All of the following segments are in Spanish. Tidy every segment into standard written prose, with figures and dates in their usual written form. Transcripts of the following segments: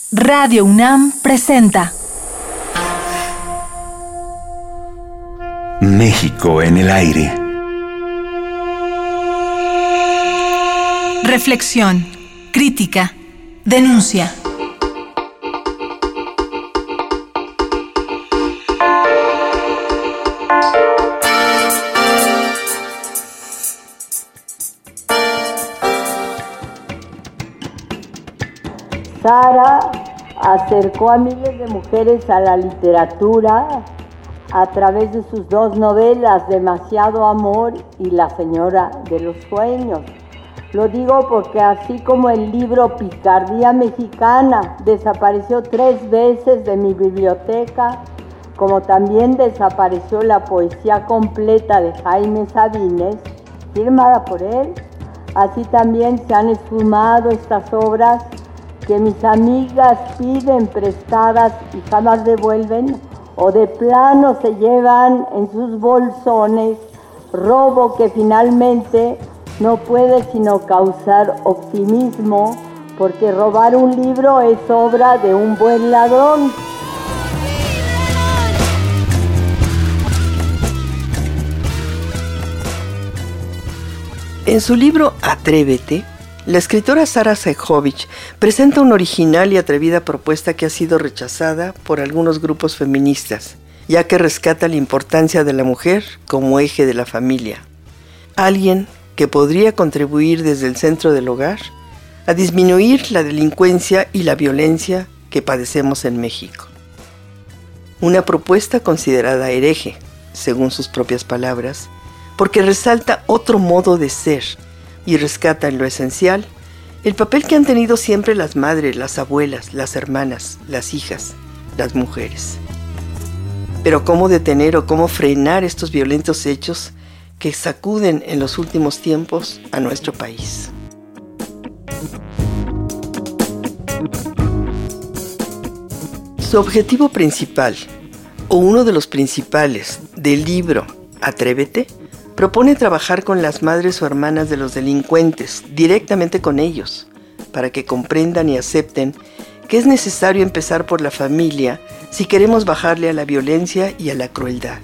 Radio UNAM presenta México en el aire. Reflexión, crítica, denuncia. Sara acercó a miles de mujeres a la literatura a través de sus dos novelas, Demasiado Amor y La Señora de los Sueños. Lo digo porque así como el libro Picardía Mexicana desapareció 3 veces de mi biblioteca, como también desapareció la poesía completa de Jaime Sabines, firmada por él, así también se han esfumado estas obras que mis amigas piden prestadas y jamás devuelven, o de plano se llevan en sus bolsones, robo que finalmente no puede sino causar optimismo, porque robar un libro es obra de un buen ladrón. En su libro Atrévete, la escritora Sara Sejovich presenta una original y atrevida propuesta que ha sido rechazada por algunos grupos feministas, ya que rescata la importancia de la mujer como eje de la familia. Alguien que podría contribuir desde el centro del hogar a disminuir la delincuencia y la violencia que padecemos en México. Una propuesta considerada hereje, según sus propias palabras, porque resalta otro modo de ser y rescata en lo esencial el papel que han tenido siempre las madres, las abuelas, las hermanas, las hijas, las mujeres. Pero ¿cómo detener o cómo frenar estos violentos hechos que sacuden en los últimos tiempos a nuestro país? Su objetivo principal, o uno de los principales, del libro Atrévete, propone trabajar con las madres o hermanas de los delincuentes, directamente con ellos, para que comprendan y acepten que es necesario empezar por la familia si queremos bajarle a la violencia y a la crueldad.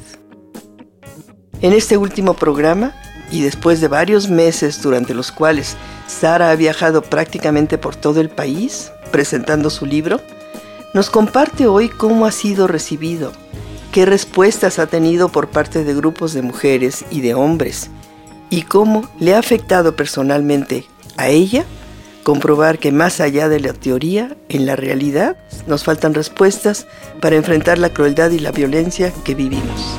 En este último programa, y después de varios meses durante los cuales Sara ha viajado prácticamente por todo el país presentando su libro, nos comparte hoy cómo ha sido recibido, qué respuestas ha tenido por parte de grupos de mujeres y de hombres, y cómo le ha afectado personalmente a ella comprobar que más allá de la teoría, en la realidad, nos faltan respuestas para enfrentar la crueldad y la violencia que vivimos.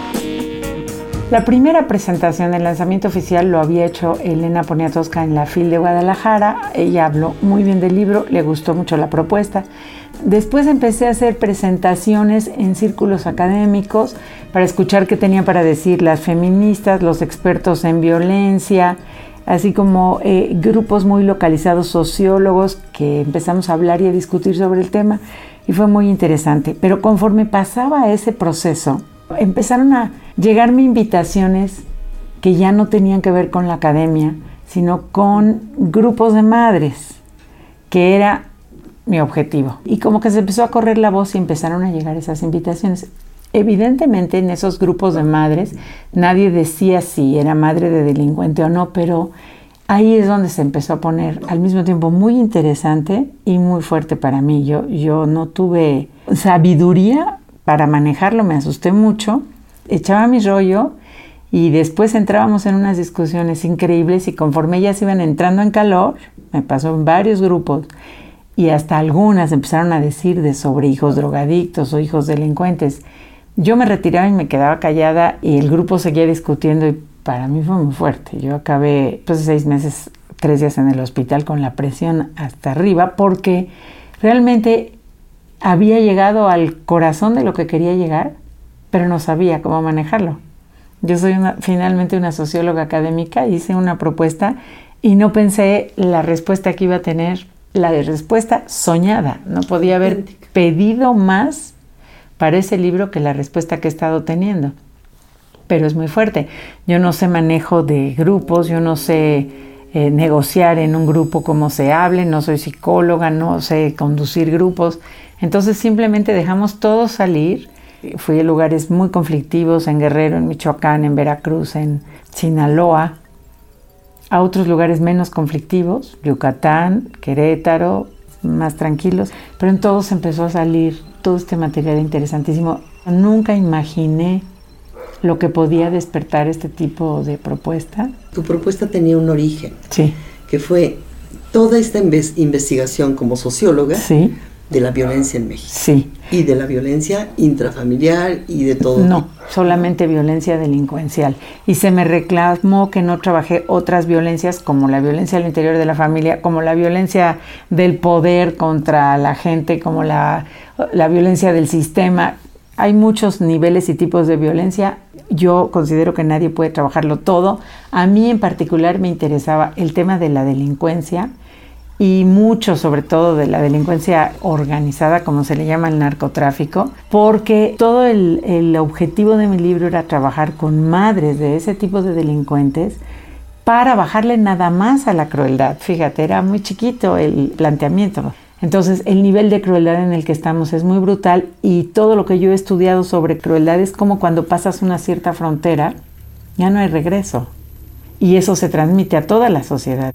La primera presentación del lanzamiento oficial lo había hecho Elena Poniatowska en la FIL de Guadalajara. Ella habló muy bien del libro, le gustó mucho la propuesta. Después empecé a hacer presentaciones en círculos académicos para escuchar qué tenían para decir las feministas, los expertos en violencia, así como grupos muy localizados, sociólogos, que empezamos a hablar y a discutir sobre el tema, y fue muy interesante. Pero conforme pasaba ese proceso, empezaron a llegarme invitaciones que ya no tenían que ver con la academia, sino con grupos de madres, que era mi objetivo. Y como que se empezó a correr la voz y empezaron a llegar esas invitaciones. Evidentemente en esos grupos de madres nadie decía si era madre de delincuente o no, pero ahí es donde se empezó a poner al mismo tiempo muy interesante y muy fuerte para mí. Yo no tuve sabiduría para manejarlo, me asusté mucho, echaba mi rollo y después entrábamos en unas discusiones increíbles, y conforme ellas iban entrando en calor, me pasó en varios grupos, y hasta algunas empezaron a decir sobre hijos drogadictos o hijos delincuentes. Yo me retiraba y me quedaba callada, y el grupo seguía discutiendo, y para mí fue muy fuerte. Yo acabé 6 meses, 3 días en el hospital con la presión hasta arriba, porque realmente había llegado al corazón de lo que quería llegar, pero no sabía cómo manejarlo. Yo soy finalmente una socióloga académica, hice una propuesta y no pensé la respuesta que iba a tener, la de respuesta soñada. No podía haber pedido más para ese libro que la respuesta que he estado teniendo. Pero es muy fuerte. Yo no sé manejo de grupos, yo no sé negociar en un grupo cómo se hable, no soy psicóloga, no sé conducir grupos. Entonces simplemente dejamos todo salir. Fui a lugares muy conflictivos, en Guerrero, en Michoacán, en Veracruz, en Sinaloa, a otros lugares menos conflictivos, Yucatán, Querétaro, más tranquilos, pero en todos empezó a salir todo este material interesantísimo. Nunca imaginé lo que podía despertar este tipo de propuesta. Tu propuesta tenía un origen, sí, que fue toda esta investigación como socióloga, sí, de la violencia en México. Sí. Y de la violencia intrafamiliar y de todo. No, solamente violencia delincuencial. Y se me reclamó que no trabajé otras violencias como la violencia al interior de la familia, como la violencia del poder contra la gente, como la violencia del sistema. Hay muchos niveles y tipos de violencia. Yo considero que nadie puede trabajarlo todo. A mí en particular me interesaba el tema de la delincuencia y mucho, sobre todo, de la delincuencia organizada, como se le llama el narcotráfico, porque todo el objetivo de mi libro era trabajar con madres de ese tipo de delincuentes para bajarle nada más a la crueldad. Fíjate, era muy chiquito el planteamiento. Entonces, el nivel de crueldad en el que estamos es muy brutal y todo lo que yo he estudiado sobre crueldad es como cuando pasas una cierta frontera, ya no hay regreso. Y eso se transmite a toda la sociedad.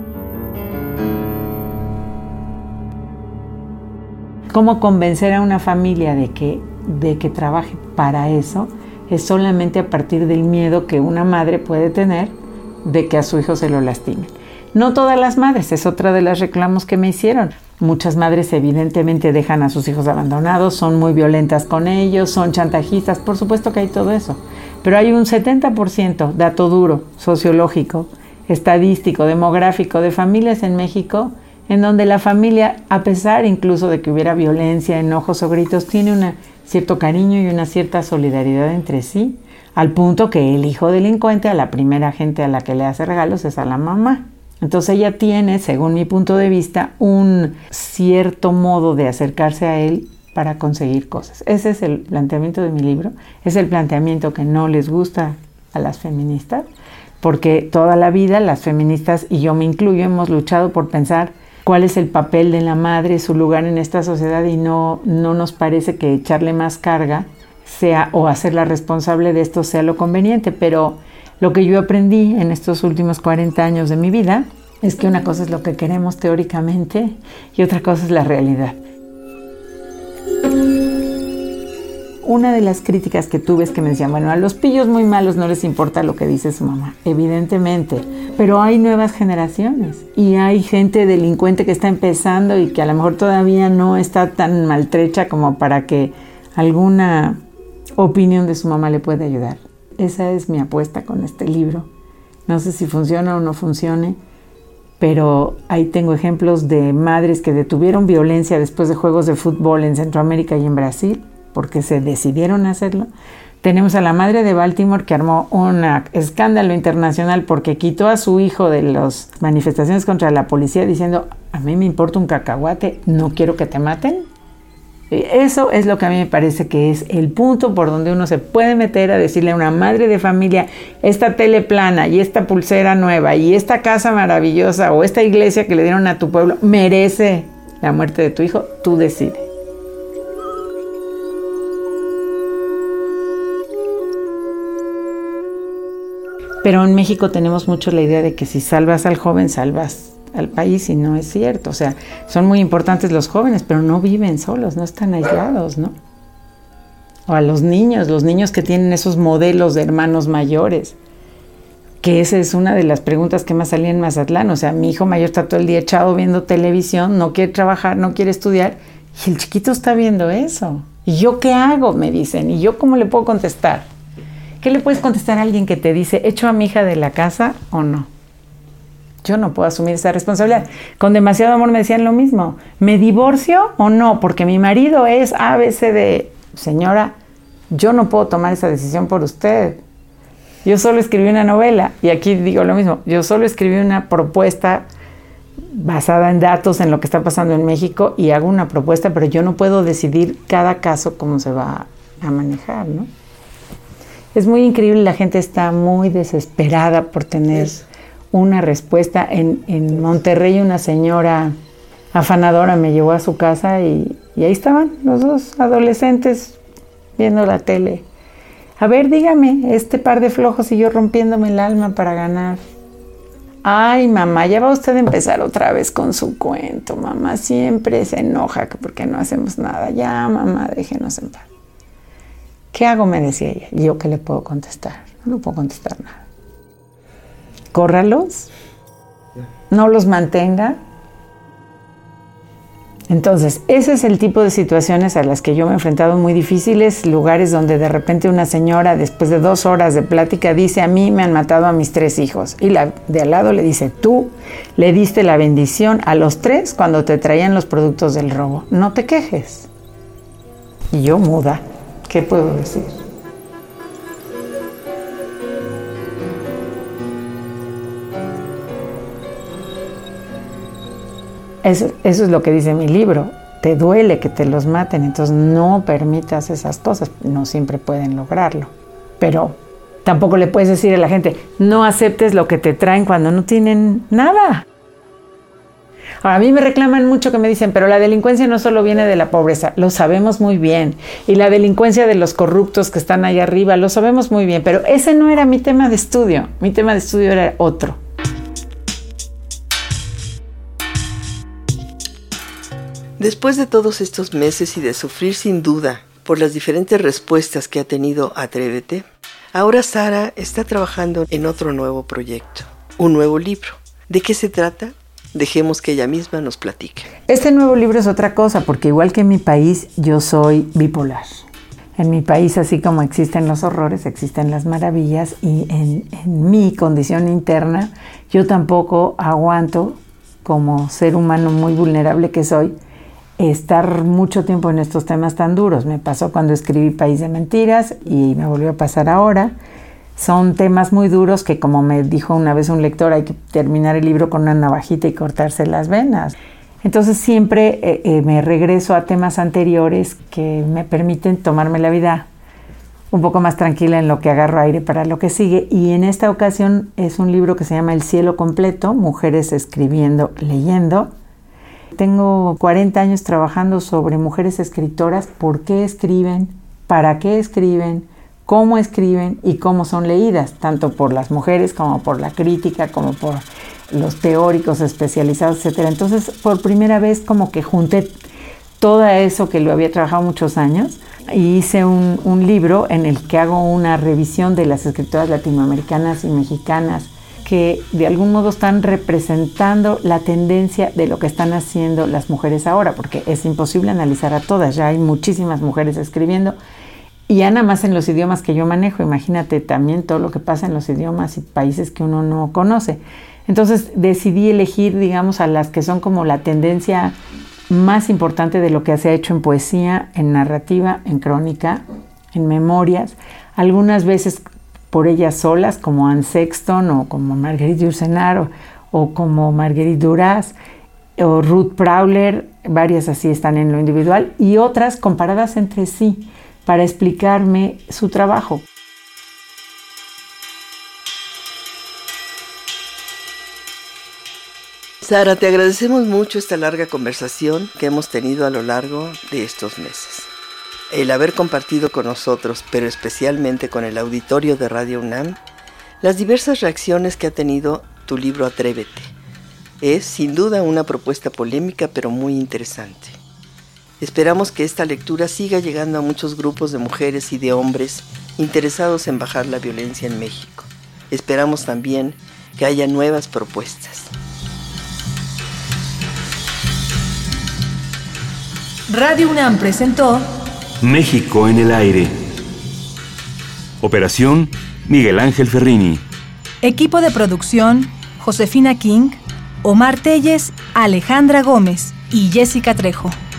¿Cómo convencer a una familia de que trabaje para eso? Es solamente a partir del miedo que una madre puede tener de que a su hijo se lo lastimen. No todas las madres, es otra de las reclamos que me hicieron. Muchas madres evidentemente dejan a sus hijos abandonados, son muy violentas con ellos, son chantajistas, por supuesto que hay todo eso. Pero hay un 70%, dato duro, sociológico, estadístico, demográfico, de familias en México en donde la familia, a pesar incluso de que hubiera violencia, enojos o gritos, tiene un cierto cariño y una cierta solidaridad entre sí, al punto que el hijo delincuente, a la primera gente a la que le hace regalos es a la mamá. Entonces ella tiene, según mi punto de vista, un cierto modo de acercarse a él para conseguir cosas. Ese es el planteamiento de mi libro, es el planteamiento que no les gusta a las feministas, porque toda la vida las feministas, y yo me incluyo, hemos luchado por pensar cuál es el papel de la madre, su lugar en esta sociedad, y no nos parece que echarle más carga sea, o hacerla responsable de esto sea lo conveniente. Pero lo que yo aprendí en estos últimos 40 años de mi vida es que una cosa es lo que queremos teóricamente y otra cosa es la realidad. Una de las críticas que tuve es que me decían, bueno, a los pillos muy malos no les importa lo que dice su mamá, evidentemente, pero hay nuevas generaciones y hay gente delincuente que está empezando y que a lo mejor todavía no está tan maltrecha como para que alguna opinión de su mamá le pueda ayudar. Esa es mi apuesta con este libro. No sé si funciona o no funcione, pero ahí tengo ejemplos de madres que detuvieron violencia después de juegos de fútbol en Centroamérica y en Brasil, porque se decidieron a hacerlo. Tenemos a la madre de Baltimore que armó un escándalo internacional porque quitó a su hijo de las manifestaciones contra la policía diciendo, a mí me importa un cacahuate, no quiero que te maten. Eso es lo que a mí me parece que es el punto por donde uno se puede meter a decirle a una madre de familia, esta tele plana y esta pulsera nueva y esta casa maravillosa o esta iglesia que le dieron a tu pueblo merece la muerte de tu hijo, tú decides. Pero en México tenemos mucho la idea de que si salvas al joven, salvas al país, y no es cierto. O sea, son muy importantes los jóvenes, pero no viven solos, no están aislados, ¿no? O a los niños que tienen esos modelos de hermanos mayores, que esa es una de las preguntas que más salía en Mazatlán. O sea, mi hijo mayor está todo el día echado viendo televisión, no quiere trabajar, no quiere estudiar, y el chiquito está viendo eso. ¿Y yo qué hago?, me dicen. ¿Y yo cómo le puedo contestar? ¿Qué le puedes contestar a alguien que te dice, echo a mi hija de la casa o no? Yo no puedo asumir esa responsabilidad. Con demasiado amor me decían lo mismo. ¿Me divorcio o no? Porque mi marido es ABCD. Señora, yo no puedo tomar esa decisión por usted. Yo solo escribí una novela. Y aquí digo lo mismo. Yo solo escribí una propuesta basada en datos, en lo que está pasando en México, y hago una propuesta, pero yo no puedo decidir cada caso cómo se va a manejar, ¿no? Es muy increíble, la gente está muy desesperada por tener una respuesta. En Monterrey una señora afanadora me llevó a su casa y ahí estaban los dos adolescentes viendo la tele. A ver, dígame, este par de flojos y yo rompiéndome el alma para ganar. Ay, mamá, ya va usted a empezar otra vez con su cuento. Mamá siempre se enoja porque no hacemos nada. Ya, mamá, déjenos en paz. ¿Qué hago?, me decía ella. ¿Y yo qué le puedo contestar? No puedo contestar nada. Córralos. No los mantenga. Entonces, ese es el tipo de situaciones a las que yo me he enfrentado, muy difíciles, lugares donde de repente una señora, después de 2 horas de plática, dice: a mí me han matado a mis 3 hijos. Y la de al lado le dice: tú le diste la bendición a los 3 cuando te traían los productos del robo. No te quejes. Y yo muda. ¿Qué puedo decir? Eso es lo que dice mi libro. Te duele que te los maten, entonces no permitas esas cosas. No siempre pueden lograrlo. Pero tampoco le puedes decir a la gente: no aceptes lo que te traen cuando no tienen nada. Ahora, a mí me reclaman mucho, que me dicen: pero la delincuencia no solo viene de la pobreza. Lo sabemos muy bien. Y la delincuencia de los corruptos que están allá arriba, lo sabemos muy bien. Pero ese no era mi tema de estudio. Mi tema de estudio era otro. Después de todos estos meses y de sufrir sin duda por las diferentes respuestas que ha tenido Atrévete, ahora Sara está trabajando en otro nuevo proyecto, un nuevo libro. ¿De qué se trata? Dejemos que ella misma nos platique. Este nuevo libro es otra cosa, porque igual que en mi país, yo soy bipolar. En mi país, así como existen los horrores, existen las maravillas, y en mi condición interna, yo tampoco aguanto, como ser humano muy vulnerable que soy, estar mucho tiempo en estos temas tan duros. Me pasó cuando escribí País de Mentiras y me volvió a pasar ahora. Son temas muy duros que, como me dijo una vez un lector, hay que terminar el libro con una navajita y cortarse las venas. Entonces siempre me regreso a temas anteriores que me permiten tomarme la vida un poco más tranquila, en lo que agarro aire para lo que sigue. Y en esta ocasión es un libro que se llama El cielo completo, mujeres escribiendo, leyendo. Tengo 40 años trabajando sobre mujeres escritoras, por qué escriben, para qué escriben, cómo escriben y cómo son leídas, tanto por las mujeres como por la crítica, como por los teóricos especializados, etc. Entonces, por primera vez como que junté todo eso que lo había trabajado muchos años y hice un libro en el que hago una revisión de las escritoras latinoamericanas y mexicanas que de algún modo están representando la tendencia de lo que están haciendo las mujeres ahora, porque es imposible analizar a todas, ya hay muchísimas mujeres escribiendo, y ya nada más en los idiomas que yo manejo. Imagínate también todo lo que pasa en los idiomas y países que uno no conoce. Entonces decidí elegir, digamos, a las que son como la tendencia más importante de lo que se ha hecho en poesía, en narrativa, en crónica, en memorias, algunas veces por ellas solas, como Anne Sexton o como Marguerite Yourcenar o como Marguerite Duras o Ruth Prowler. Varias así están en lo individual y otras comparadas entre sí para explicarme su trabajo. Sara, te agradecemos mucho esta larga conversación que hemos tenido a lo largo de estos meses. El haber compartido con nosotros, pero especialmente con el auditorio de Radio UNAM, las diversas reacciones que ha tenido tu libro Atrévete. Es, sin duda, una propuesta polémica, pero muy interesante. Esperamos que esta lectura siga llegando a muchos grupos de mujeres y de hombres interesados en bajar la violencia en México. Esperamos también que haya nuevas propuestas. Radio UNAM presentó México en el aire. Operación Miguel Ángel Ferrini. Equipo de producción: Josefina King, Omar Telles, Alejandra Gómez y Jessica Trejo.